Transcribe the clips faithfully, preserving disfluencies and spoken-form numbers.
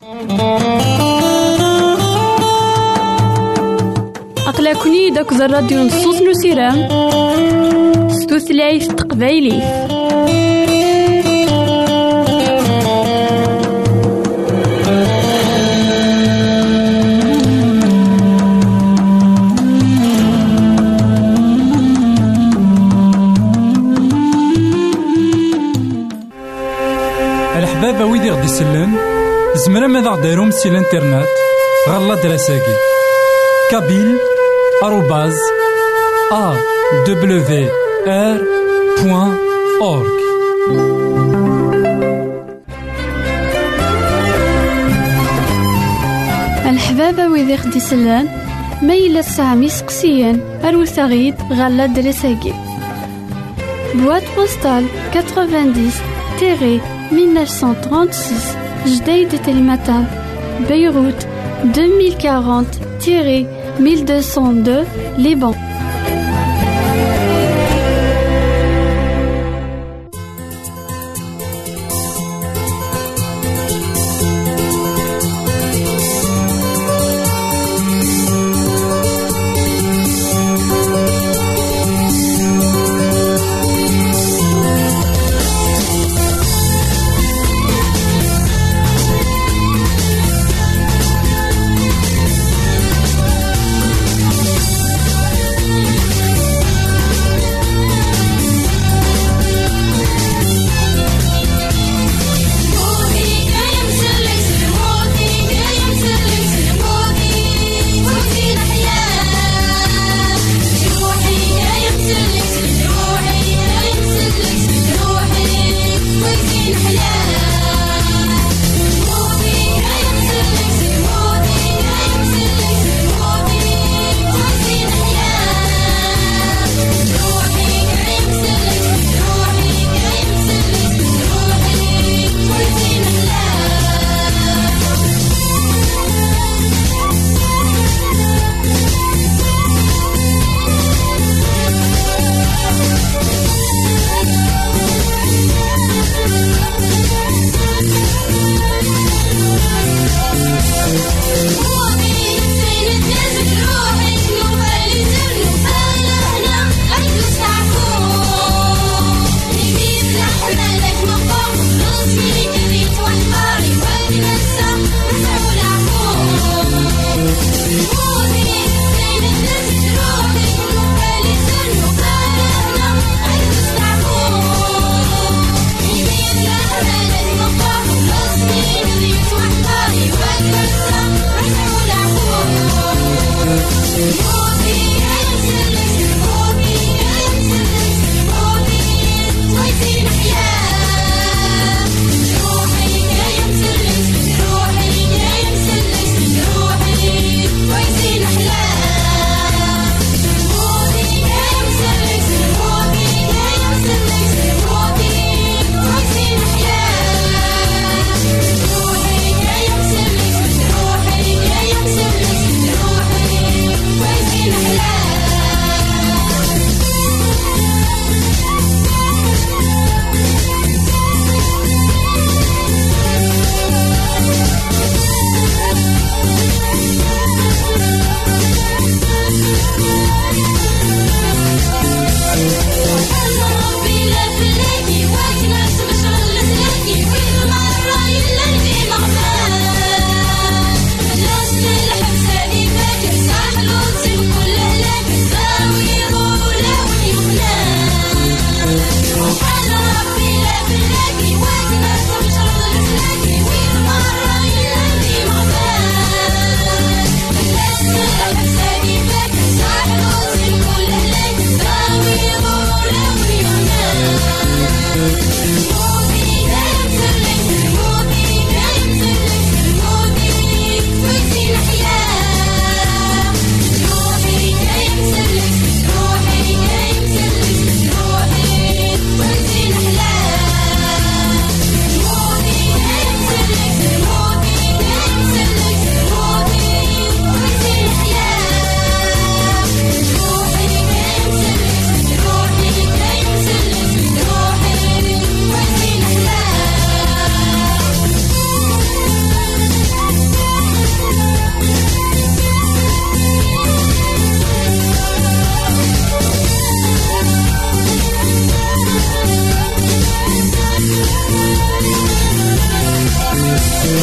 أقلكني داك الراديو نصوص نسيرام ستوثلايف تقبايلي. الحبابة ويدي غدي يسلن زمرا ماذا غديرهم سي الانترنت غالا دراساكي كابيل آروباز أ دبليو آر بوان أورك. الحبابة ويدي غدي يسلن ما إلا سامي سقسيان أروثاغيد غالا دراساكي بواد بوستال تسعين mille neuf cent trente-six جديد تلمتان بيروت deux mille quarante mille deux cent deux Liban. روحي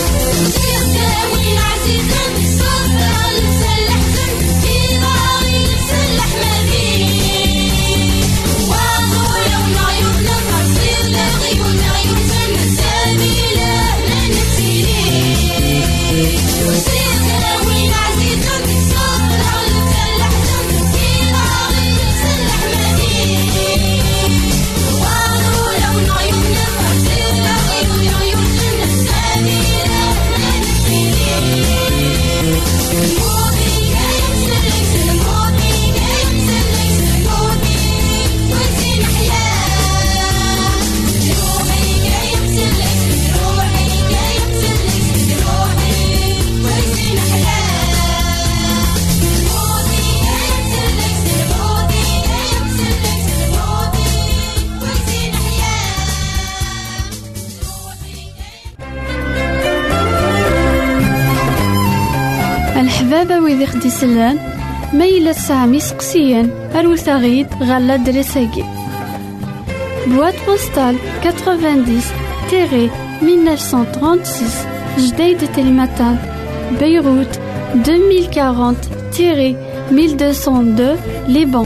الحبابة ويدي خدي سلان ميلا سامي سقسيان أروثاغيد غالا دريساكي بواد بوستال تسعين تيري mille neuf cent trente-six جديد تلمتان بيروت deux mille quarante تيري mille deux cent deux ليبان.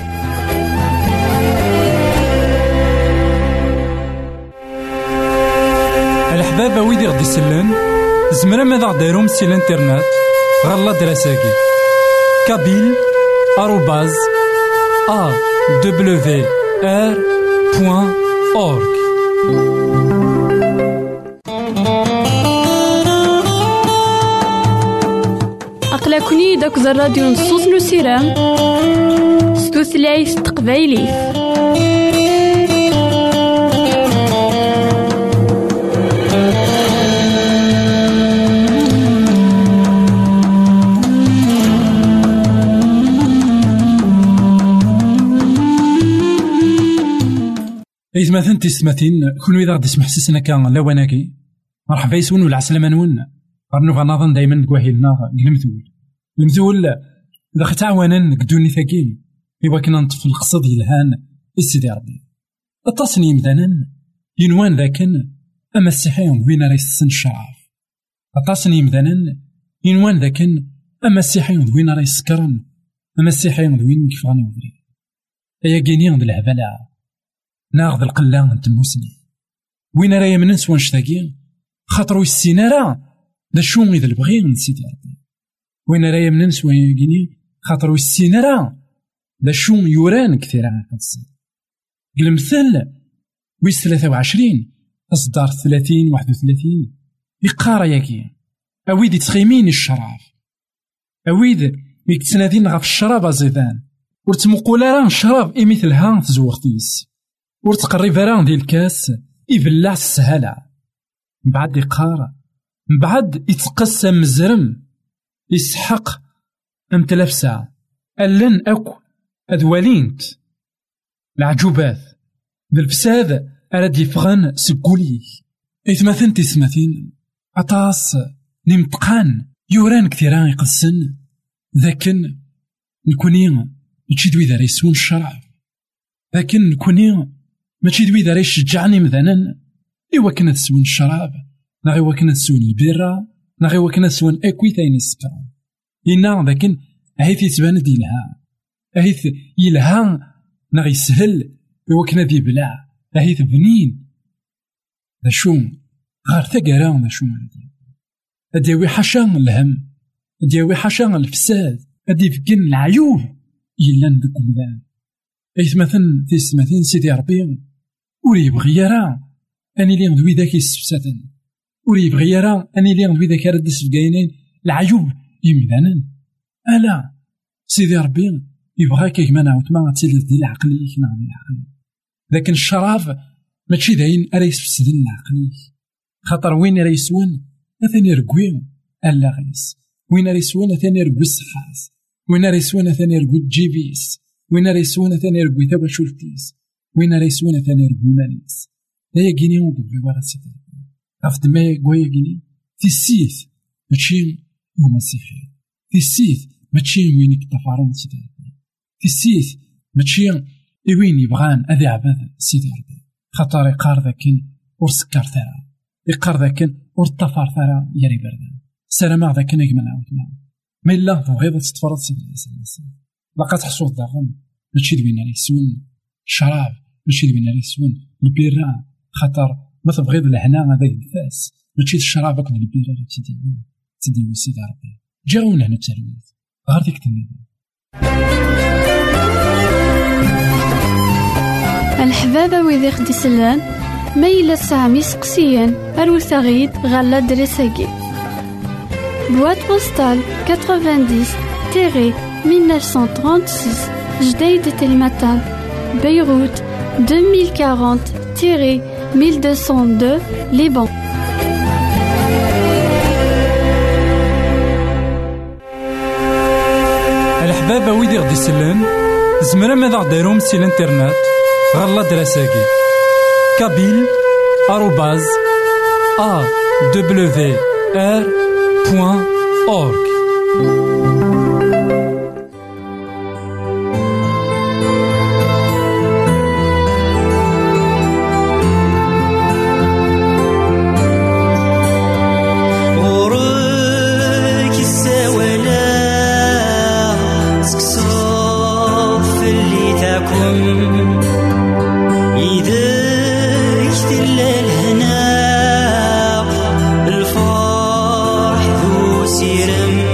الحبابة ويدي غدي سلان زمرا ماذا غديرهم سي الانترنت غالا دراساكي كابيل آروباز أ دبليو آر بوان أورك. أقلكني داك الراديو نصوص نسيران ستوثلايف تقبايلي. إذا مثلا تسمتين كل إذا غادي يسمح سيسنا كان لواناكي مرحبا يسون ولا عسلامة نون غنوغ نظن دايما كواهيلنا المثول المثول إذا ختعوانا قدوني ثقيل إوا كنا نطفي القصد يلهان السيدي ربي التصنيم دانا ينوان ذاكن أما السحيم وين راه يسن الشراف التصنيم دانا ينوان ذاكن أما السحيم وين راه يسكرن أما السحيم وين كيف غاني ودري أيا كينيان د الهبلة ناخذ القلة نت المسني وين راه يمنن سوا نشتاقي خاطرو السينارة دا شو إذا البغي من سيدي ربي وين راه يمنن سوا يقيني خاطرو السينارة دا شو يوران كثيرا قصد المثل ويس ثلاثة وعشرين أصدار ثلاثين واحد وثلاثين يقارا ياكي أويد يتخيمين الشراف أويد يكتسنادين غف الشراب أزيدان ورتمقولا راه الشراب إي مثلها تزوغتيس ورتقرب راه ديال الكاس يبلع السهالة بعد يقارا بعد يتقسم الزرم يسحق أمتلاف ساعة ألن أكو أدوالينت العجوبات بالفساد أراد يفغن سكوليه إثماثن تسمثين أطاس نمتقان يوران كثيران يقسن ذاكن نكونين يتشدو إذا ريسون الشرع لكن نكونين ماشي دوي إذا ريشجعني مثلا إوا كنا تسون الشراب ناغي إوا كنا تسون البيرة ناغي إوا كنا تسون أكويتين السكر إنا لكن أهيث يتبان ديلها أهيث يلها ناغي يسهل إوا كنا دي بلع أهيث بنين ذا شو غار ثقران ذا شو أديوي حاشا الهم أديوي حاشا الفساد أدي فكين العيوب إلا ندك مذان أيث مثلا تيسمثين سيدي ربي وري بغيارا أني لي ندوي ذاك السفساتن وري بغيارا أني لي ندوي ذاك رد السفقاينين العيوب يمذانا ألا سيدي ربي يبغى كيك ما نعاود ما تسلل ديال العقلي نعم العقل لكن الشراب ماشي داين أرا يسفسدن العقلي خاطر وين راه يسون ثاني ركوي ألا غيس وين راه يسون ثاني ركوي الصحاس وين راه يسون ثاني ركوي الجيبيس وين راه يسون ثاني ركوي ثابا شولتيس وين راه يسون ثاني ركوي ماليس لا يجيني ودبل ورا سيدي عرفت ما يقوي يجيني في السيث ماشي هو مسيحي في السيث ماشي وين يتفارون سيدي في السيث ماشي وين يبغان أذي عباد سيدي ربي خاطر يقار ذاكن ورسكر ثرا يقار ذاك ورطفار ثرى يري بردان سلام ذاك نجمنا عاوتنا ما إلا تبغيض تتفرض سيدي الإنسان باقا تحصل الضغن ماشي دوينا ليه سون الشراب ماشي دوينا ليه سون البيران خاطر ما تبغيض لهنا هذاك الفاس ماشي الشراب هاك البيران تدي تدي سيدي ربي جاونا هنا التلويث غير ديك النظام. الحبابة ويدي خدي سلان ما إلا سامي سقسيان أروث غيد غالا دريساكي بواد بوستال تسعين مية وتسعمية وثلاثة وثلاثين جديد تلمتان بيروت ألفين وأربعين ألف ومئتين واثنين لبنان. الحبابة ويدي غدي سلان زمرا ماذا غديرهم سي الانترنت غالا دراساكي كابيل آروباز أ دبليو آر بوان أورك. الفرح ذو سيرم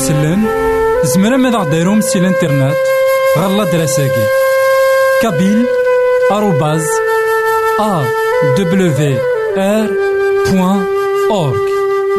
يمسلن زمرا ماذا غديرهم سي الانترنت غالا دراساكي كابيل آروباز أ دبليو آر بوان أورك.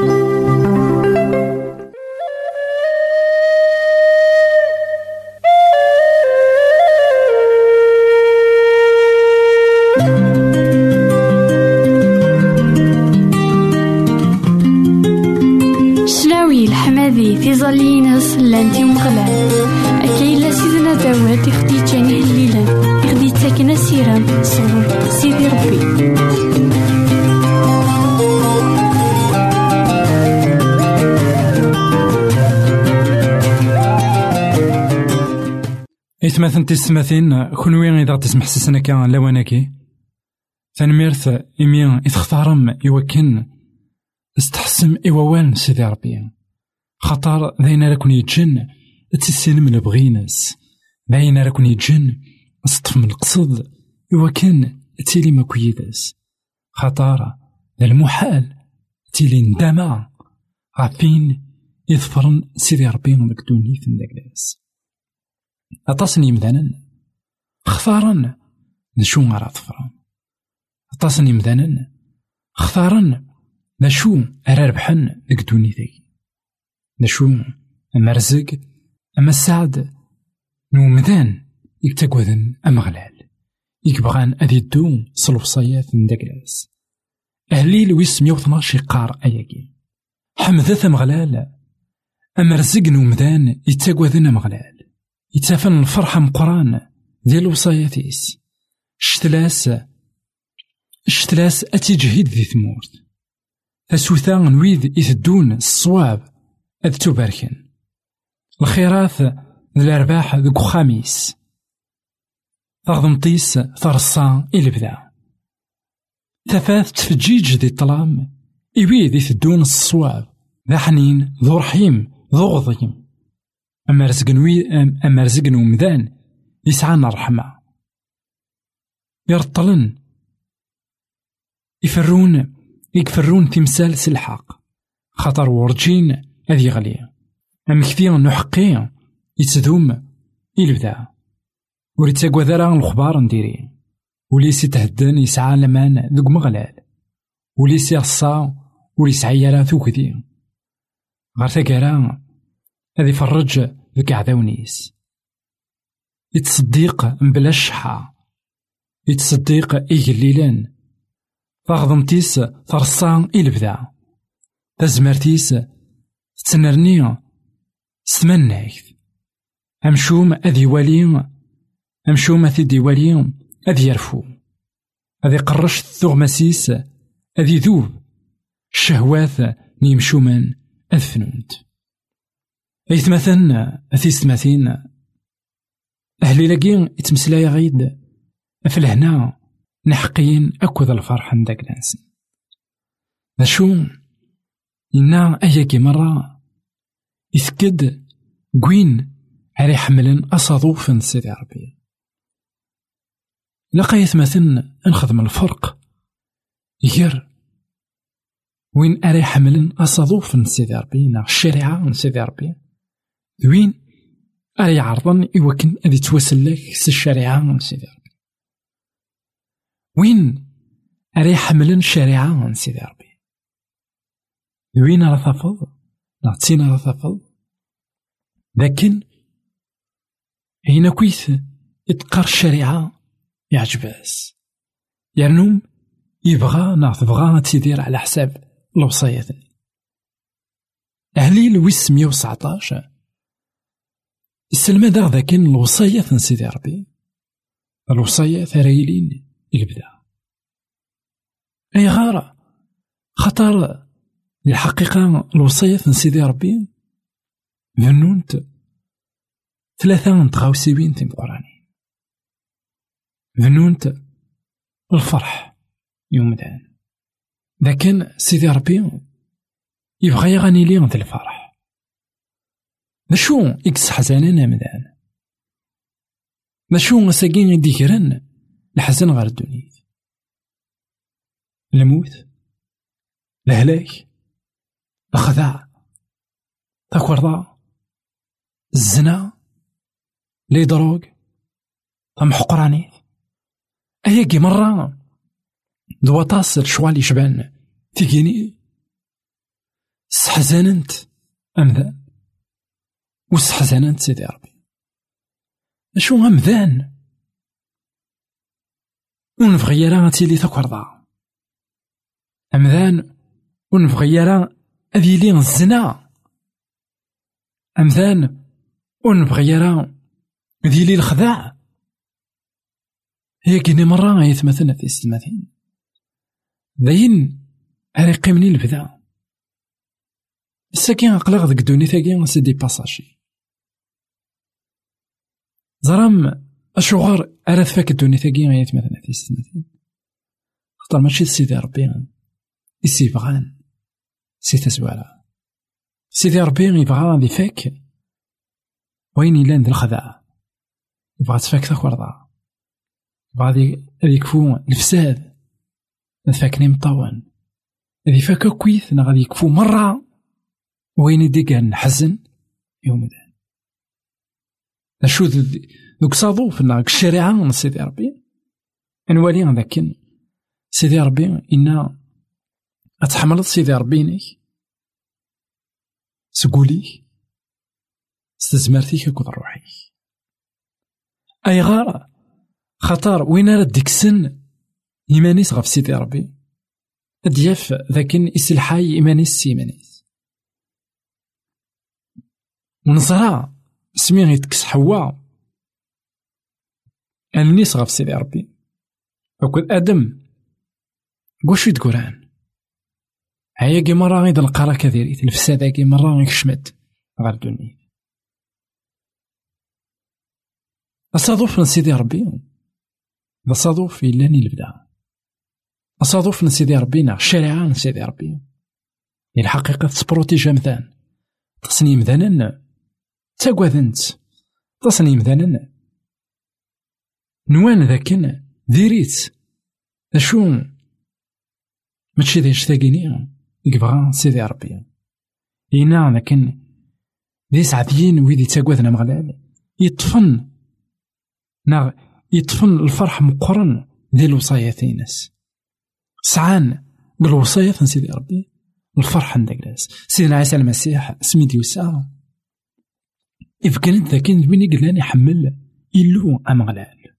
في ظلينس لانتي مغلال أكيلا سيدنا داوود يخدي تاني الليلة يخدي تاكنا سيرام صور سيدي ربي. إثماثن تسماثين كونوين إذا تسمح سسنا كان لواناكي تنميرث إميان إتختارم يوكن استحسم إيوان سيدي ربي خطر ذاين راكن يتجن تسلم لبغيناس ذاين راكن يتجن سطف من القصد يوكن تيلي ما كويداس خطر المحال تيلي ندمع عارفين يظفرن سيدي ربي مكدوني في الناس أتصني مذانا اختارن نشو غير ظفرن أتصني مذانا اختارن نشو أرى ربحن مكدوني ذي نشو أما رزق أما السعد نومدان يكتاكوذن أما غلال يكبغان أذي الدو صلوصيات ندقلاس أهلي لويس مية وثناش يقار أياكي حمدث أما غلال أما رزق نومدان يتاكوذن أما غلال يتافن الفرحة مقران ذي الوصاياتيس شتلاس شتلاس أتي جهيد ذي ثمورت فسوثا نويذ يثدون الصواب أذ تباركن الخيرات الأرباح ذو خميس تغضمطيس ثرصان إلى بدا تفاث تفجيج ذي الطلام إبي ذي ثدون الصواب ذا حنين ذو رحيم ذو غضيم أما رزقنوي أما رزقنو مذان يسعانا رحمة يرطلن يفرون يكفرون تمثال سلحق خطر ورجين هذي غالية أم كثير نحقي يتذوم إلبدا وريتاقوا ذرا الخبار نديري وليسي تهدن يسعى لمان ذوق مغلال وليسي رصا وليسي عيالا ثوكذي غير تاكارا هذي فرج ذوك عذاونيس يتصديق مبلا الشحا يتصديق إيجليلان فغضمتيس ترصا إلبدا تزمرتيس تسنرني ستمناكث أمشوم أذي والي أمشوم أثي والي أذي يرفو أذي قرش الثغمسيس أذي ذوب الشهوات نيمشوما أذفنونت أيثمثن أثي ستماثين أهلي لاقين يتمسلاي غيد أفلهنا نحقين أكوذ الفرح نداك ناس نشو إنا أياكي مرة يثكد قوين عري حملن أصادوفن سيدي ربي لقا يثمثن انخدم الفرق يجر وين أري حملن أصادوفن سيدي ربي نا الشريعة سيدي ربي وين أري عرضن يوكن أذي توسل لك سي الشريعة سيدي ربي وين أري حملن شريعة سيدي ربي وين راه تفض نعطينا راه تفض لكن هنا كويث يتقار الشريعة يعجباس يرنوم يبغى نعرف بغا تيدير على حساب الوصايات أهلي لويس مية وسعطاش السلمة داغ ذاكن الوصايات نسيدي ربي الوصايات رايلين البدا أي غارة خطر الحقيقة الوصية نسيدي ربي ذنونت ثلاثة نتغاوسيوين تيم قراني ذنونت الفرح يوم دان لكن سيدي ربي يبغى يغني لي غد الفرح نشو إكس حزاننا مدان نشو مساكين يديكرن الحزن غير الدنيا الموت الهلاك الخداع تاكوردا الزنا لي دروغ ثم حقراني أياكي مرة دوا تصل شوالي شبان تيجيني سحزاننت أمذان وسحزاننت سيدي ربي شو أمذان ونبغي يرى تيلي تكورضا أمذان ونبغي يرى أذيلي الزنا أمذان ونبغي يرى أذيلي الخداع هي كيني مرة يتمثلنا في استماثين ذاين أريقي مني البدا الساكين أقلق ذك دوني ثاقين سيدي باساجي زرام أشغار أراد فاك الدوني ثاقين يتمثلنا في استماثين خطر ماشي سيدي ربي إسي بغان سي تزوالا سيدي ربي يبغى ذي فاك وين يلان ذي الخداع يبغى تفاك تاكورضا يبغى ذي يكفو الفساد نفاكني مطوان ذي فاك كويث نا غادي يكفو مرة وين يديك نحزن يوم ذا نشوف ذوك صادو في الشريعة من سيدي ربي نوالي لكن سيدي ربي إنا أتحملت سيدي ربيني سقولي استزمرتيك كود روحي أي غارة خطر وين راه ديك السن إيمانيس غف سيدي ربي دياف ذاكن إسلحاي إيمانيس سيمانيس ونصرا سميه يتكس حوا أنيس غف سيدي ربي وكود آدم قوشي تقولان هيا كي مرة غيد القرا كثيريت الفساد كي مرة غيك شمت غير الدنيا أصادوف من سيدي ربي أصادوف إلاني البدا أصادوف من سيدي ربينا الشريعة من سيدي ربي الحقيقة تسبروتيجا مثلا تصني مثلا تاقوذنت تصني مثلا نوان ذاكن ديريت أشو ماشي ذي اشتاقيني يبغى سيدي ربي إينا لكن ذي سعديين ويدي تاقوذنا مغلال يطفن نا يطفن الفرح مقرن ذي الوصايات ناس سعان بالوصايات سيدي ربي الفرح عندك ناس سيدنا عيسى المسيح سميت يوسع إذا كانت ذاكين من يقلاني حمل إلو أمغلال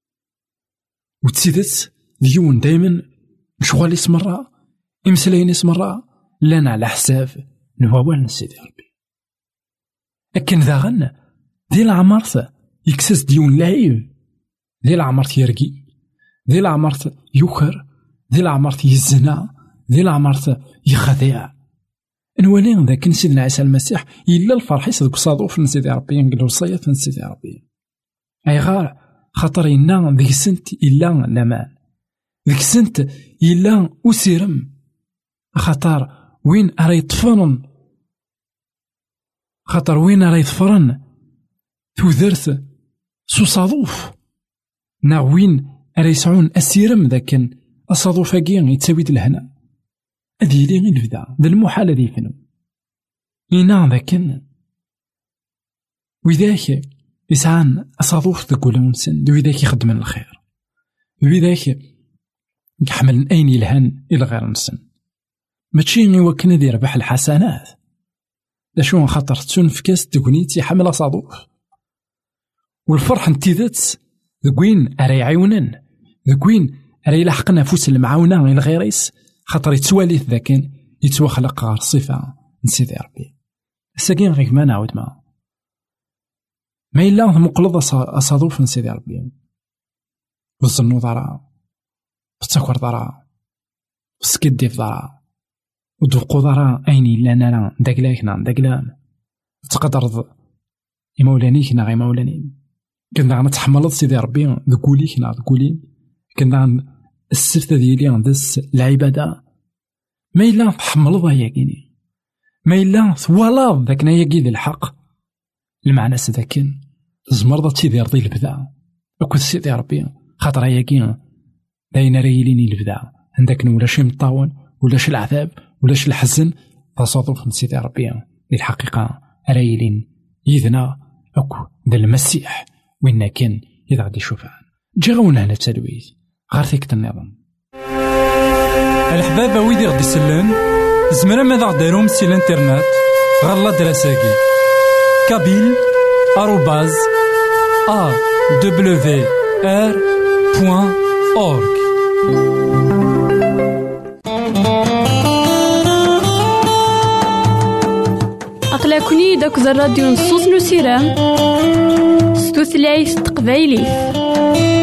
وتسيدت ديون دايما مشغول اسمرا إمسلين اسمرا لنا على حساب نواوال سيدي ربي لكن ذا غن ذي العمارة يكسس ديون لايف ذي العمارة يرقي ذي العمارة يوكر ذي العمارة يزنا ذي العمارة يخدع نولين ذاك سيدنا عيسى المسيح إلا الفرح يصدق صادوف من سيدي ربي نقول وصية من سيدي ربي أي غار خاطر إنا ذيك سنت إلا لمان ذيك سنت إلا أسيرم خاطر وين أرى يطفرن خاطر وين أرى يطفرن تودرت سو صادوف نا وين أرى يسعون أسيرم ذاك الصادوف أكين يتساويد الهنا أذي لي غير البدا ذا المحال ذي فنو إنا ذاكن وذاك يسعان أصادوف ذاك ونسن وذاك يخدم الخير وذاك يحمل أين يلهن إلى غير نسن ماشي يوكن ذي ربح الحسنات لا شو خاطر تنفكاس تكونيتي حمل أصادوف والفرح انتذات ذوين أرى يعاونن ذوين أرى يلحق نفوس المعاونة إلى غيريس خاطر يتواليث ذاكن يتوخلق غير صفة من سيدي ربي الساكين غيك ما نعود ما ما إلا مقلض أصادوف من سيدي ربي وصنو ضرا بتسكر ضرا بسكدي في ضرا ودوقو ضرا أيني لنا لا داكلاكنا داكلام تقدر يمولانيكنا غي مولاني كنا غنتحملض سيدي ربي ذكوليكنا ذكولين كنا السفتة ديالي عندس العبادة ما إلا تحملضها ياكيني ما إلا ثوالض ذاكنا ياكي الحق المعنى سذاكن زمرضة تيدي رضي البدع وكل سيدي ربي خاطر ياكي داينا ريليني البدع عندك ولا شي مطاون ولا شي العذاب ولا شي الحزن تصادف من سيدي ربي الحقيقة ريلين يذنا أكو ذا المسيح وين كان إذا غادي يشوفها جاونا هنا تسالويت غير ثيك النظام. الحبابة ويدي غدي يسلن زمرا ماذا غديرهم سي الانترنت غالا دراساكي كابيل آروباز أ دبليو آر بوان أورك. أقلكني داك الراديو نصوص نسيران ستوثلايف تقبايلي.